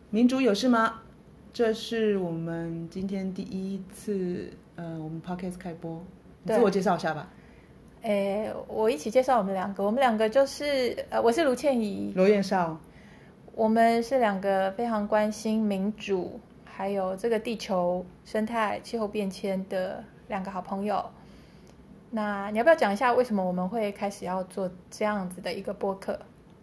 民主有事吗？这是我们今天第一次我们 podcast 开播，你自我介绍一下吧。 我一起介绍我们两个就是我是卢倩怡， 罗彦少， 我们是两个非常关心民主还有这个地球生态气候变迁的两个好朋友。那你要不要讲一下为什么我们会开始要做这样子的一个播客？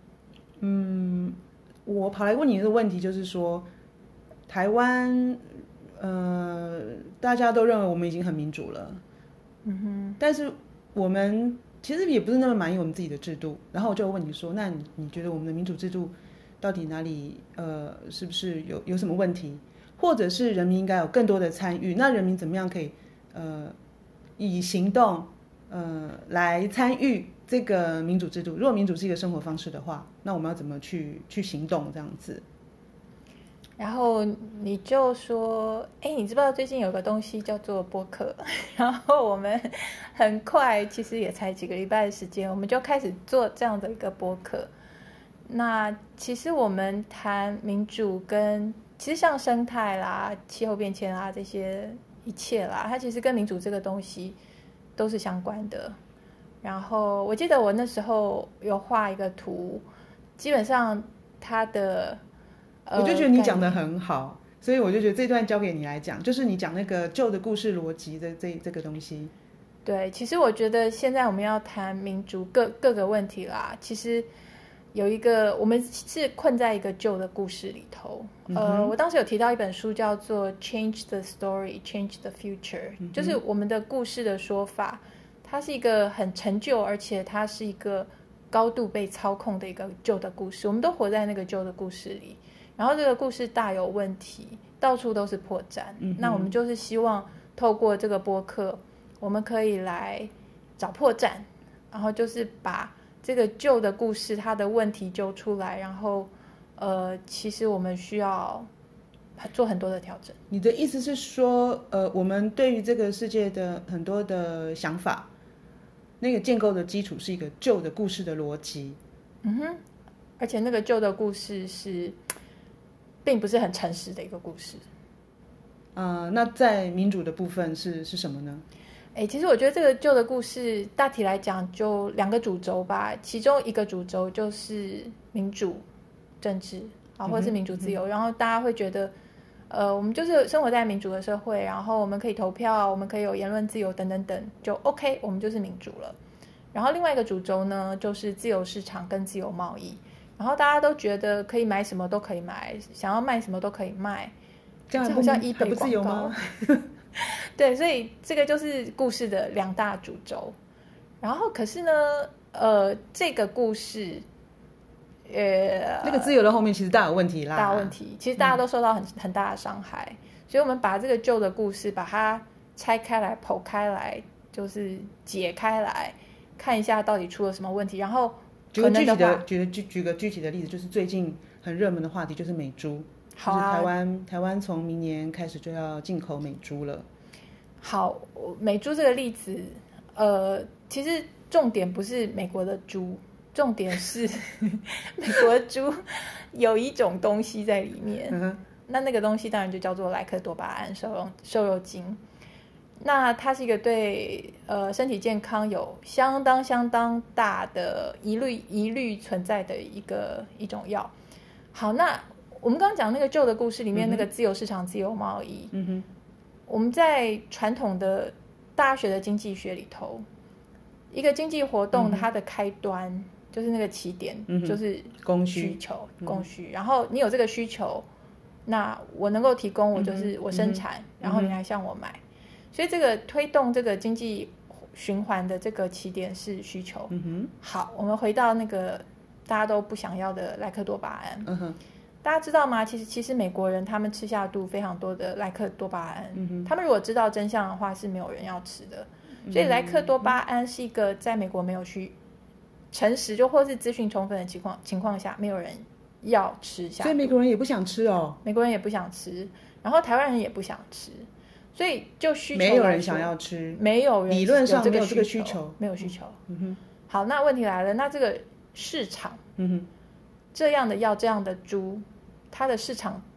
我跑来问你这个问题，就是说台湾大家都认为我们已经很民主了，但是我们其实也不是那么满意我们自己的制度。然后我就问你说，那你觉得我们的民主制度到底哪里是不是有什么问题，或者是人民应该有更多的参与？那人民怎么样可以以行动来参与这个民主制度？如果民主是一个生活方式的话，那我们要怎么去行动这样子？ 然后你就说，你知不知道最近有个东西叫做播客？然后我们很快，其实也才几个礼拜的时间，我们就开始做这样的一个播客。那其实我们谈民主跟其实像生态啦、气候变迁啦这些一切啦，它其实跟民主这个东西都是相关的。然后我记得我那时候有画一个图，基本上它的我就觉得你讲得很好，所以我就觉得这段交给你来讲，就是你讲那个旧的故事逻辑的这个东西。 对，其实我觉得现在我们要谈民主各个问题啦，其实有一个我们是困在一个旧的故事里头。我当时有提到一本书叫做 Change the Story, Change the Future，就是我们的故事的说法，它是一个很陈旧，而且它是一个高度被操控的一个旧的故事，我们都活在那个旧的故事里。然后这个故事大有问题，到处都是破绽。那我们就是希望透过这个播客，我们可以来找破绽，然后就是把这个旧的故事它的问题揪出来，然后其实我们需要做很多的调整。 你的意思是说我们对于这个世界的很多的想法，那个建构的基础是一个旧的故事的逻辑。 而且那个旧的故事是并不是很诚实的一个故事。 那在民主的部分是什么呢？ 其实我觉得这个旧的故事大体来讲就两个主轴吧，其中一个主轴就是民主政治或者是民主自由，然后大家会觉得我们就是生活在民主的社会，然后我们可以投票，我们可以有言论自由等等等，就 OK， 我们就是民主了。然后另外一个主轴呢就是自由市场跟自由贸易，然后大家都觉得可以买什么都可以买，想要卖什么都可以卖， 这样好像eBay 还不自由吗？ 对，所以这个就是故事的两大主轴。然后可是呢这个故事那个自由的后面其实大有问题啦， 大问题，其实大家都受到很大的伤害。所以我们把这个旧的故事把它拆开来剖开来，就是解开来看一下到底出了什么问题。然后可能的话举个具体的例子，就是最近很热门的话题就是美猪。 好啊， 就是台湾从明年开始就要进口美猪了。 好，美猪这个例子其实重点不是美国的猪，重点是美国的猪有一种东西在里面。那个东西当然就叫做莱克多巴胺瘦肉精。那它是一个对身体健康有相当大的疑虑存在的一种药。好，那我们刚刚讲那个旧的故事里面那个自由市场自由贸易，我们在传统的大学的经济学里头，一个经济活动它的开端就是那个起点，就是供需求供需，然后你有这个需求，那我能够提供，我就是我生产，然后你来向我买。所以这个推动这个经济循环的这个起点是需求。好，我们回到那个大家都不想要的莱克多巴胺。大家知道吗？其实美国人他们吃下肚非常多的莱克多巴胺，他们如果知道真相的话是没有人要吃的。所以莱克多巴胺是一个在美国没有去诚实就或是资讯充分的情况下没有人要吃下肚， 所以美国人也不想吃哦。 美国人也不想吃，然后台湾人也不想吃，所以就需求来说没有人想要吃， 没有人理论上没有这个需求， 没有需求。好，那问题来了，那这个市场，这样的药这样的猪，它的市场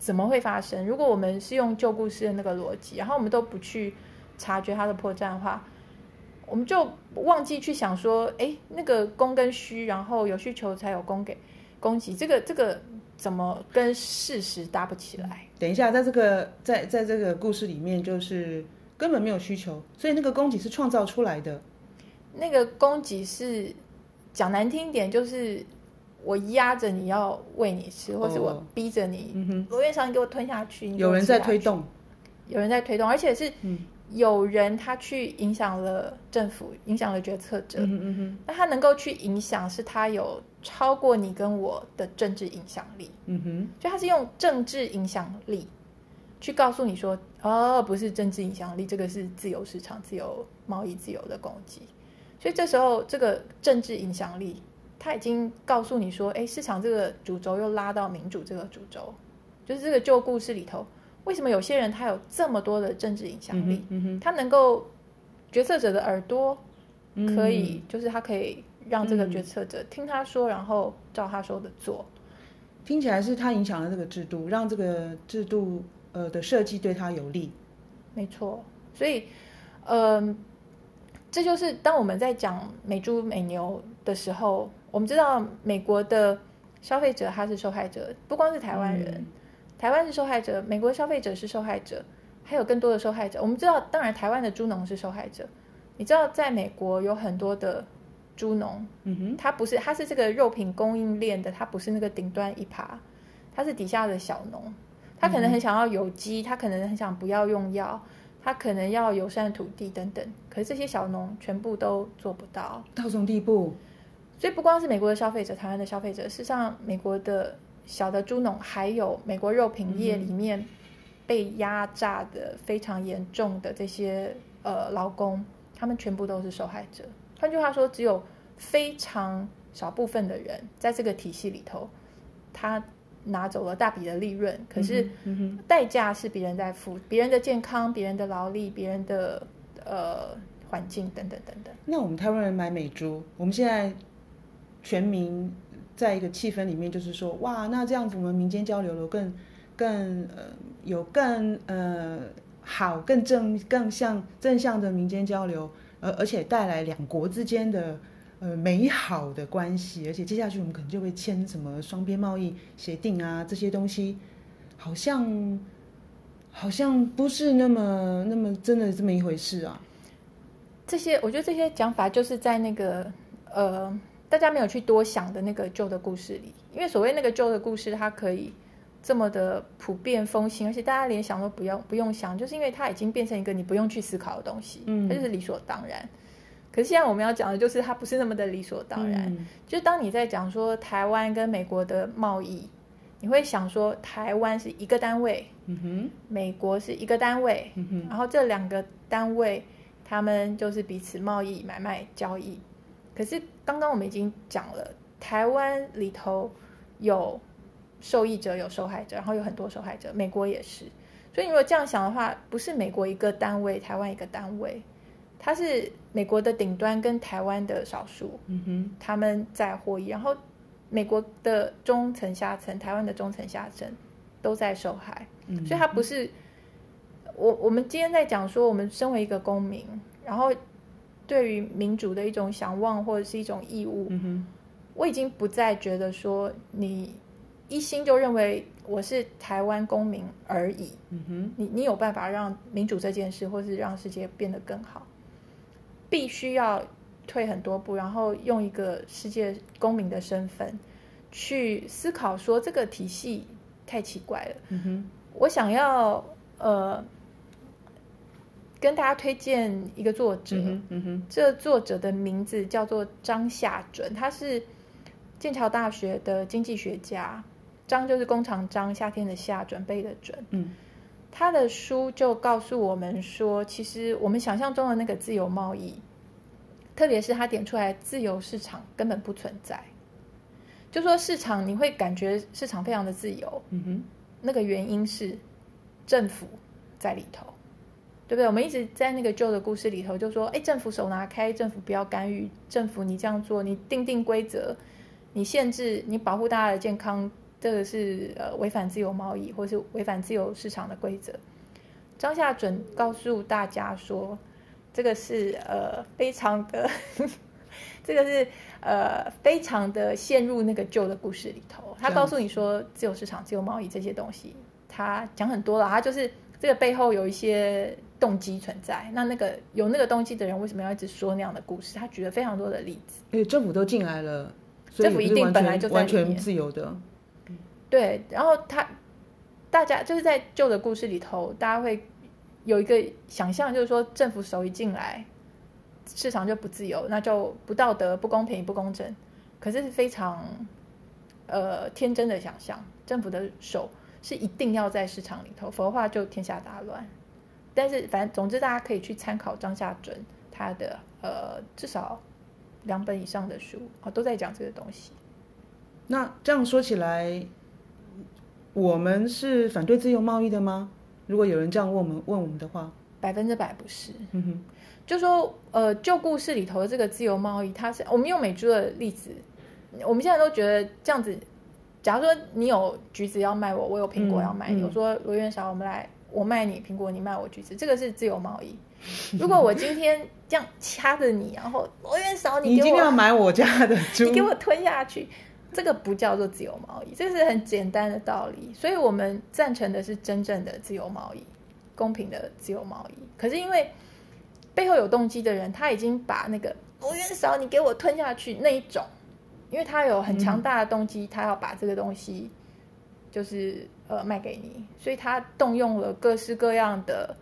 怎么会发生？如果我们是用旧故事的那个逻辑，然后我们都不去察觉它的破绽的话，我们就忘记去想说，哎，那个供跟需，然后有需求才有供给，这个怎么跟事实搭不起来？ 等一下，在这个故事里面，就是根本没有需求，所以那个供给是创造出来的。 那个供给是讲难听一点，就是我压着你要喂你吃，或者我逼着你，罗院长你给我吞下去， 有人在推动， 有人在推动，而且是有人他去影响了政府，影响了决策者。那他能够去影响，是他有超过你跟我的政治影响力。所以他是用政治影响力去告诉你说，哦，不是政治影响力，这个是自由市场、自由贸易、自由的供给。所以这时候这个政治影响力，他已经告诉你说，哎，市场这个主轴又拉到民主这个主轴，就是这个旧故事里头。为什么有些人他有这么多的政治影响力？他能够决策者的耳朵可以，就是他可以让这个决策者听他说，然后照他说的做。 听起来是他影响了这个制度，让这个制度的设计对他有利。 没错，所以这就是当我们在讲美猪美牛的时候，我们知道美国的消费者他是受害者，不光是台湾人。台湾是受害者，美国消费者是受害者，还有更多的受害者。我们知道，当然台湾的猪农是受害者。你知道，在美国有很多的猪农，他是这个肉品供应链的，他不是那个顶端一趴，他是底下的小农。他可能很想要有机，他可能很想不要用药，他可能要友善土地等等。可是这些小农全部都做不到， 到这种地步。 所以不光是美国的消费者，台湾的消费者，事实上美国的小的猪农，还有美国肉品业里面被压榨的非常严重的这些劳工，他们全部都是受害者。换句话说，只有非常少部分的人在这个体系里头，他拿走了大笔的利润，可是代价是别人在付，别人的健康、别人的劳力、别人的环境等等等等。 那我们台湾人买美猪，我们现在全民在一个气氛里面，就是说，哇，那这样子我们民间交流了更好、更正向的民间交流，而且带来两国之间的美好的关系，而且接下去我们可能就会签什么双边贸易协定啊，这些东西好像不是那么真的这么一回事啊。 我觉得这些讲法就是在那个大家没有去多想的那个旧的故事里，因为所谓那个旧的故事，它可以这么的普遍风行，而且大家连想都不用想，就是因为它已经变成一个你不用去思考的东西，它就是理所当然。可是现在我们要讲的就是它不是那么的理所当然，就是当你在讲说台湾跟美国的贸易，你会想说台湾是一个单位，美国是一个单位，然后这两个单位他们就是彼此贸易买卖交易。可是刚刚我们已经讲了，台湾里头有受益者有受害者，然后有很多受害者，美国也是。所以你如果这样想的话，不是美国一个单位，台湾一个单位，它是美国的顶端跟台湾的少数，他们在获益，然后美国的中层下层，台湾的中层下层都在受害。所以它不是我们今天在讲说，我们身为一个公民，然后对于民主的一种向往或者是一种义务，我已经不再觉得说你一心就认为我是台湾公民而已，你有办法让民主这件事或是让世界变得更好，必须要退很多步，然后用一个世界公民的身份去思考说这个体系太奇怪了。我想要跟大家推荐一个作者，这个作者的名字叫做张夏准，他是剑桥大学的经济学家，张就是工厂张，夏天的夏，准备的准。他的书就告诉我们说，其实我们想象中的那个自由贸易，特别是他点出来自由市场根本不存在，就说市场你会感觉市场非常的自由，那个原因是政府在里头，对不对？我们一直在那个旧的故事里头就说，政府手拿开，政府不要干预，政府你这样做，你定规则，你限制，你保护大家的健康， 这个是违反自由贸易或是违反自由市场的规则。张夏准告诉大家说，这个是非常的这个是非常的陷入那个旧的故事里头。他告诉你说，自由市场、自由贸易这些东西，他讲很多了，他就是这个背后有一些动机存在。那个有那个动机的人为什么要一直说那样的故事？他举了非常多的例子。 因为政府都进来了，所以政府一定本来就在完全自由的。 对，然后大家就是在旧的故事里头，大家会有一个想象，就是说政府手一进来，市场就不自由，那就不道德、不公平、不公正。可是是非常天真的想象，政府的手是一定要在市场里头，否则的话就天下大乱。但是反正总之，大家可以去参考张夏准他的至少2本以上的书都在讲这个东西。 那这样说起来，我们是反对自由贸易的吗？如果有人这样问我们的话 ，100%不是。就说旧故事里头的这个自由贸易，它是我们用美猪的例子，我们现在都觉得这样子。假如说你有橘子要卖我，我有苹果要卖你，我说罗元韶，我卖你苹果，你卖我橘子，这个是自由贸易。如果我今天这样掐着你，然后罗元韶， 你今天要买我家的猪， 你给我吞下去，这个不叫做自由贸易，这是很简单的道理。所以我们赞成的是真正的自由贸易，公平的自由贸易。可是因为背后有动机的人，他已经把那个罗元韶你给我吞下去那一种，因为他有很强大的动机，他要把这个东西就是卖给你，所以他动用了各式各样的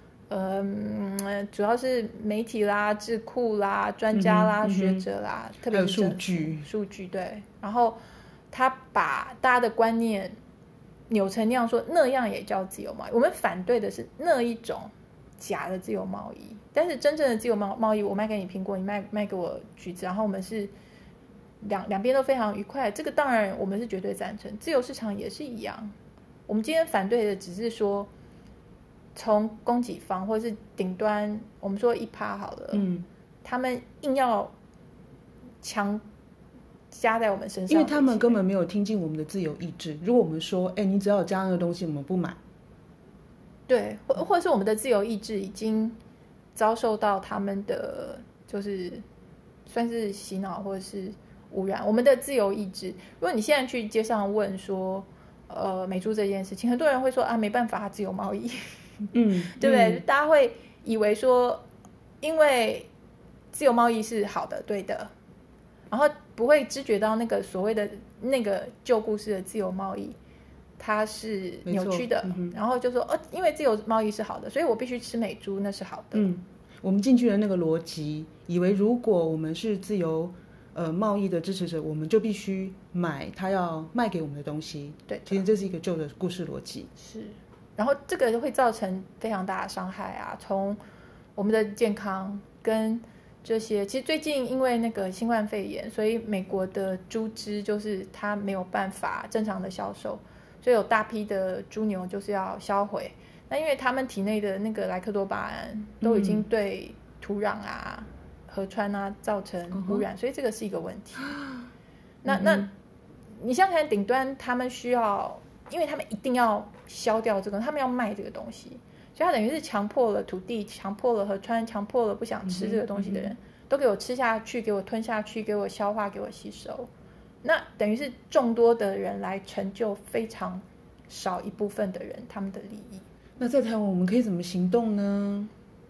主要是媒体啦、智库啦、专家啦、学者啦，特别是数据对，然后他把大家的观念扭成那样，说那样也叫自由贸易。我们反对的是那一种假的自由贸易，但是真正的自由贸易，我卖给你苹果，你卖给我橘子，然后我们是两边都非常愉快，这个当然我们是绝对赞成。自由市场也是一样，我们今天反对的只是说，从供给方或者是顶端，我们说1%好了，他们硬要强加在我们身上， 因为他们根本没有听进我们的自由意志。如果我们说，你只要有加那个东西，我们不买。 对，或者是我们的自由意志已经遭受到他们的就是算是洗脑或者是污染我们的自由意志。如果你现在去街上问说美猪这件事情，很多人会说没办法，自由贸易对不对？大家会以为说因为自由贸易是好的对的，然后不会知觉到那个所谓的那个旧故事的自由贸易它是扭曲的，然后就说因为自由贸易是好的，所以我必须吃美猪，那是好的。 我们进去了那个逻辑，以为如果我们是自由贸易的支持者，我们就必须买他要卖给我们的东西。 对， 其实这是一个旧的故事逻辑。 是，然后这个会造成非常大的伤害啊，从我们的健康跟这些，其实最近因为那个新冠肺炎，所以美国的猪只就是它没有办法正常的销售，所以有大批的猪牛就是要销毁。那因为他们体内的那个莱克多巴胺都已经对土壤啊、河川啊造成污染，所以这个是一个问题。那你想想看，顶端他们需要，因为他们一定要消掉这个，他们要卖这个东西，所以他等于是强迫了土地，强迫了河川，强迫了不想吃这个东西的人，都给我吃下去，给我吞下去，给我消化，给我吸收。那等于是众多的人来成就非常少一部分的人他们的利益。 那在台湾我们可以怎么行动呢？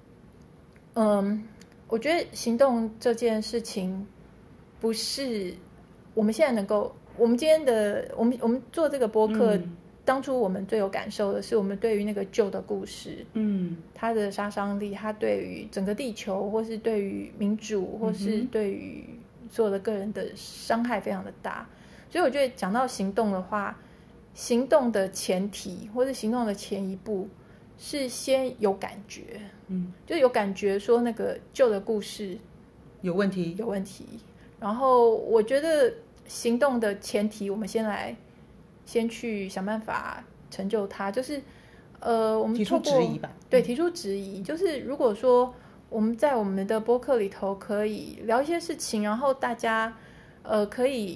我觉得行动这件事情不是我们现在能够，我们今天的我们做这个播客，当初我们最有感受的是我们对于那个旧的故事，它的杀伤力，它对于整个地球，或是对于民主，或是对于所有的个人的伤害非常的大。所以我觉得讲到行动的话，行动的前提或是行动的前一步是先有感觉，就有感觉说那个旧的故事有问题， 然后我觉得行动的前提，我们先去想办法成就它，就是我们提出质疑吧。 对，提出质疑，就是如果说我们在我们的播客里头可以聊一些事情，然后大家可以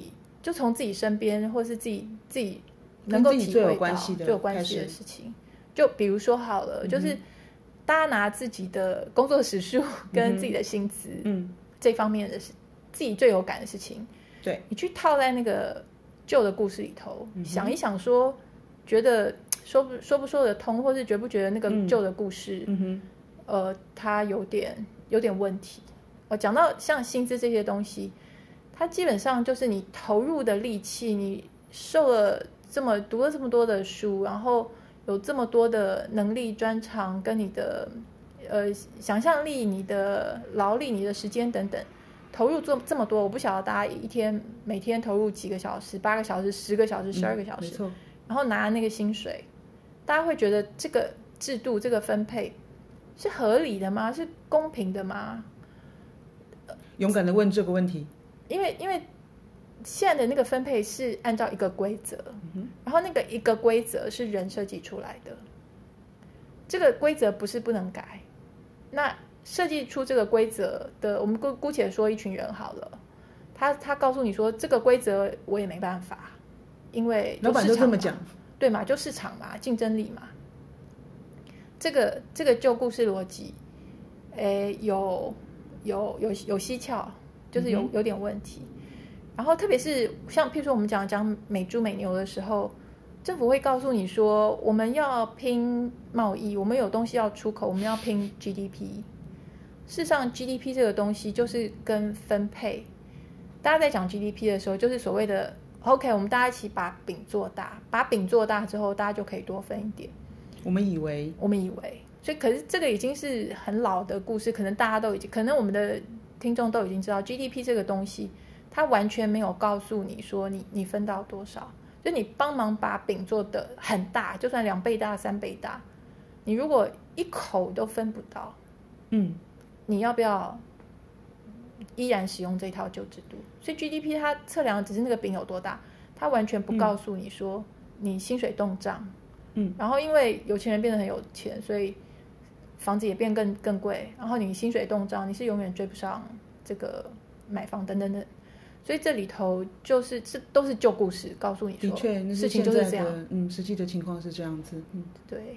就从自己身边或是自己能够体会到最有关系的事情。就比如说好了，就是大家拿自己的工作时数跟自己的薪资，这方面的自己最有感的事情， 对， 你去套在那个旧的故事里头，想一想说，觉得说不说得通，或是觉不觉得那个旧的故事，它有点问题。讲到像薪资这些东西，它基本上就是你投入的力气，你读了这么多的书，然后有这么多的能力专长，跟你的想象力、你的劳力、你的时间等等，投入这么多，我不晓得大家每天投入几个小时，8个小时、10个小时、12个小时，然后拿那个薪水，大家会觉得这个制度、这个分配是合理的吗？是公平的吗？ 勇敢的问这个问题， 因为现在的那个分配是按照一个规则，然后那个一个规则是人设计出来的，这个规则不是不能改。那设计出这个规则的，我们姑且说一群人好了，他告诉你说这个规则我也没办法，因为老板都这么讲， 对嘛，就市场嘛，竞争力嘛。这个旧故事逻辑，有蹊跷，就是有点问题。然后特别是像譬如说我们讲美猪美牛的时候，政府会告诉你说我们要拼贸易，我们有东西要出口，我们要拼 GDP。事实上 GDP 这个东西就是跟分配，大家在讲 GDP 的时候就是所谓的 OK， 我们大家一起把饼做大，把饼做大之后大家就可以多分一点。 我们以为， 所以可是这个已经是很老的故事，可能大家都已经，可能我们的听众都已经知道 GDP 这个东西，它完全没有告诉你说你分到多少，就你帮忙把饼做得很大，就算2倍大、3倍大，你如果一口都分不到，你要不要依然使用这套旧制度？所以 GDP 它测量的只是那个饼有多大，它完全不告诉你说你薪水动涨，然后因为有钱人变得很有钱，所以房子也变更贵，然后你薪水动涨，你是永远追不上这个买房等等等。所以这里头就是这都是旧故事，告诉你说， 的确， 事情就是这样。 实际的情况是这样子。 对。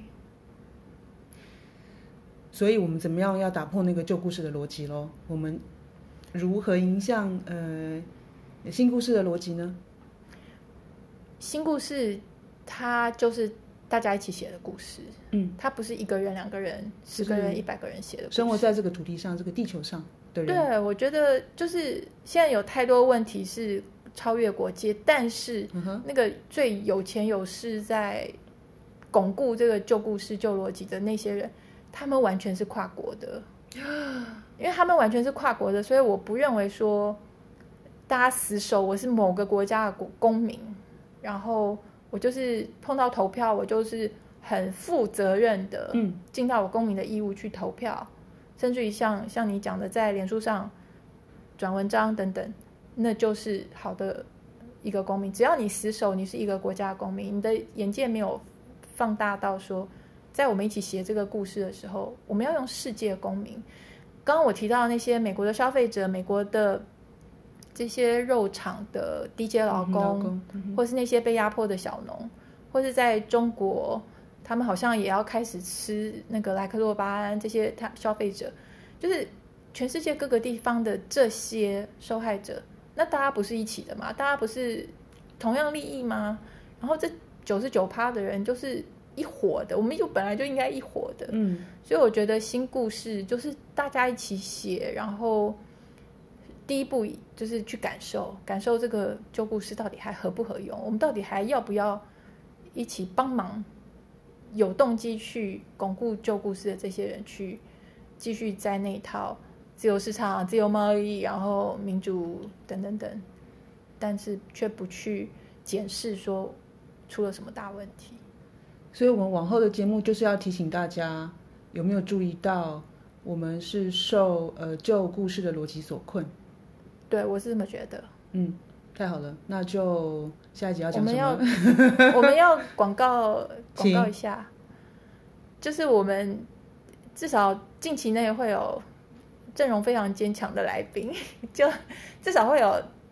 所以我们怎么样要打破那个旧故事的逻辑咯？我们如何迎向新故事的逻辑呢？ 新故事它就是大家一起写的故事，它不是1个人、2个人、10个人、100个人写的故事。 生活在这个土地上、这个地球上的人， 对，我觉得就是现在有太多问题是超越国界，但是那个最有钱有势在巩固这个旧故事、旧逻辑的那些人，他们完全是跨国的，因为他们完全是跨国的，所以我不认为说大家死守我是某个国家的公民，然后我就是碰到投票，我就是很负责任的尽到我公民的义务去投票，甚至于像你讲的在脸书上转文章等等，那就是好的一个公民。只要你死守你是一个国家的公民，你的眼界没有放大到说在我们一起写这个故事的时候，我们要用世界公民。刚刚我提到那些美国的消费者，美国的这些肉厂的低阶劳工，或是那些被压迫的小农，或是在中国他们好像也要开始吃那个莱克多巴胺，这些消费者，就是全世界各个地方的这些受害者，那大家不是一起的吗？大家不是同样利益吗？然后这99%的人就是一伙的，我们本来就应该一伙的。所以我觉得新故事就是大家一起写，然后第一步就是去感受这个旧故事到底还合不合用，我们到底还要不要一起帮忙，有动机去巩固旧故事的这些人去继续在那一套自由市场、自由贸易，然后民主等等等，但是却不去检视说出了什么大问题。 所以我们往后的节目就是要提醒大家，有没有注意到我们是受旧故事的逻辑所困？ 对，我是这么觉得。 太好了，那就下一集要讲什么？ 我们要广告一下，就是我们至少近期内会有阵容非常坚强的来宾，就至少会有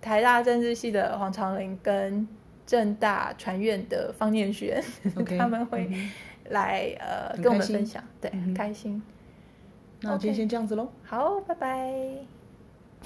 台大政治系的黄长林跟政大传院的方念璇他们会来跟我们分享，对，很开心。 那今天先这样子咯， 好，拜拜。